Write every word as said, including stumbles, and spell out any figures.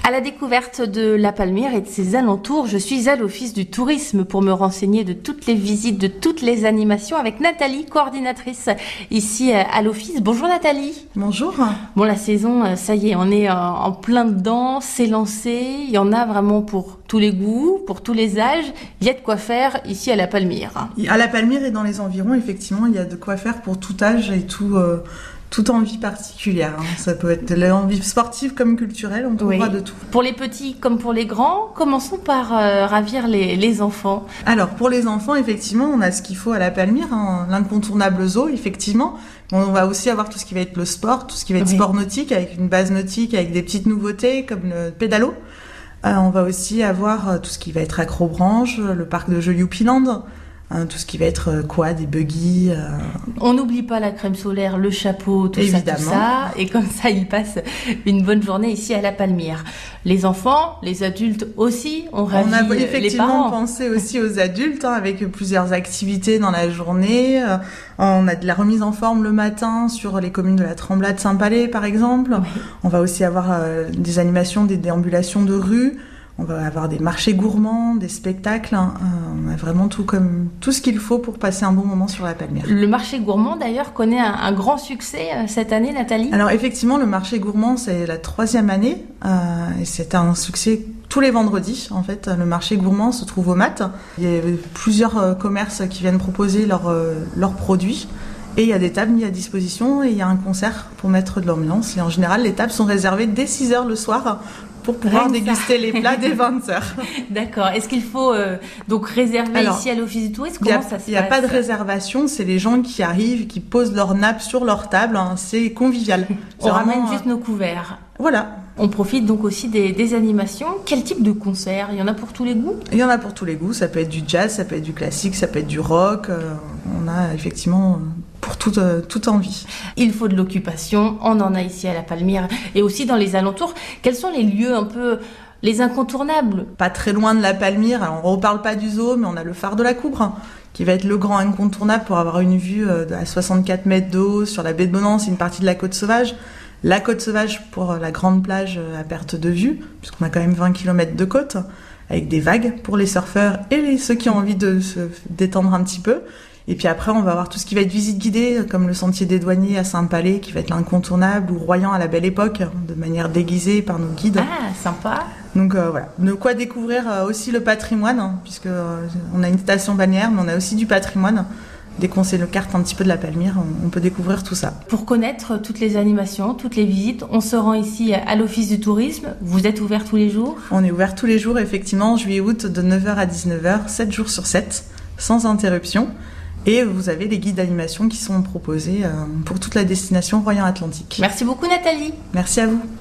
À la découverte de La Palmyre et de ses alentours, je suis à l'Office du tourisme pour me renseigner de toutes les visites, de toutes les animations avec Nathalie, coordinatrice ici à l'Office. Bonjour Nathalie. Bonjour. Bon, la saison, ça y est, on est en plein dedans, c'est lancé. Il y en a vraiment pour tous les goûts, pour tous les âges. Il y a de quoi faire ici à La Palmyre. À La Palmyre et dans les environs, effectivement, il y a de quoi faire pour tout âge et tout... Euh... toute envie particulière. Hein. Ça peut être de l'envie sportive comme culturelle, on trouvera oui. de tout. Pour les petits comme pour les grands, commençons par euh, ravir les, les enfants. Alors, pour les enfants, effectivement, on a ce qu'il faut à La Palmyre, hein, l'incontournable zoo, effectivement. On va aussi avoir tout ce qui va être le sport, tout ce qui va être oui. sport nautique, avec une base nautique, avec des petites nouveautés comme le pédalo. Euh, on va aussi avoir tout ce qui va être acrobranche, le parc de jeux Youpiland, Hein, tout ce qui va être quad et buggy. Euh... On n'oublie pas la crème solaire, le chapeau, tout Évidemment. ça, tout ça. Et comme ça, ils passent une bonne journée ici à La Palmyre. Les enfants, les adultes aussi, on ravit les parents. On a effectivement pensé aussi aux adultes, hein, avec plusieurs activités dans la journée. Euh, on a de la remise en forme le matin sur les communes de la Tremblade, Saint-Palais, par exemple. Oui. On va aussi avoir euh, des animations, des déambulations de rue. On va avoir des marchés gourmands, des spectacles. Hein. Euh, on a vraiment tout, comme, tout ce qu'il faut pour passer un bon moment sur La Palmyre. Le marché gourmand, d'ailleurs, connaît un, un grand succès euh, cette année, Nathalie. Alors, effectivement, le marché gourmand, c'est la troisième année. Euh, et c'est un succès tous les vendredis. En fait, le marché gourmand se trouve au Mat. Il y a plusieurs euh, commerces qui viennent proposer leurs euh, leurs produits. Et il y a des tables mises à disposition et il y a un concert pour mettre de l'ambiance. Et en général, les tables sont réservées dès six heures le soir pour pouvoir Rien déguster les plats dès vingt heures. D'accord. Est-ce qu'il faut euh, donc réserver Alors, ici à l'Office du tourisme? Comment a, ça se passe? Il n'y a pas de réservation, c'est les gens qui arrivent, qui posent leur nappe sur leur table. Hein, c'est convivial. On c'est ramène vraiment, juste nos couverts. Voilà. On profite donc aussi des, des animations. Quel type de concert? Il y en a pour tous les goûts? Il y en a pour tous les goûts. Ça peut être du jazz, ça peut être du classique, ça peut être du rock. Euh, on a effectivement... pour toute, euh, toute envie. Il faut de l'occupation, on en a ici à La Palmyre et aussi dans les alentours. Quels sont les lieux un peu, les incontournables? Pas très loin de La Palmyre, alors on ne reparle pas du zoo, mais on a le phare de la Coubre, hein, qui va être le grand incontournable pour avoir une vue euh, à soixante-quatre mètres de haut sur la baie de Bonance et une partie de la côte sauvage. La côte sauvage pour la grande plage à perte de vue, puisqu'on a quand même vingt kilomètres de côte, avec des vagues pour les surfeurs et les, ceux qui ont envie de se détendre un petit peu. Et puis après, on va avoir tout ce qui va être visite guidée, comme le sentier des douaniers à Saint-Palais, qui va être l'incontournable, ou Royan à la Belle Époque, de manière déguisée par nos guides. Ah, sympa. Donc euh, voilà, de quoi découvrir euh, aussi le patrimoine, hein, puisque euh, on a une station balnéaire, mais on a aussi du patrimoine. Dès qu'on sait le carte un petit peu de La Palmyre, on, on peut découvrir tout ça. Pour connaître toutes les animations, toutes les visites, on se rend ici à l'Office du tourisme. Vous êtes ouvert tous les jours? On est ouvert tous les jours, effectivement, juillet-août, de neuf heures à dix-neuf heures, sept jours sur sept, sans interruption. Et vous avez les guides d'animation qui sont proposés pour toute la destination Royan Atlantique. Merci beaucoup Nathalie. Merci à vous.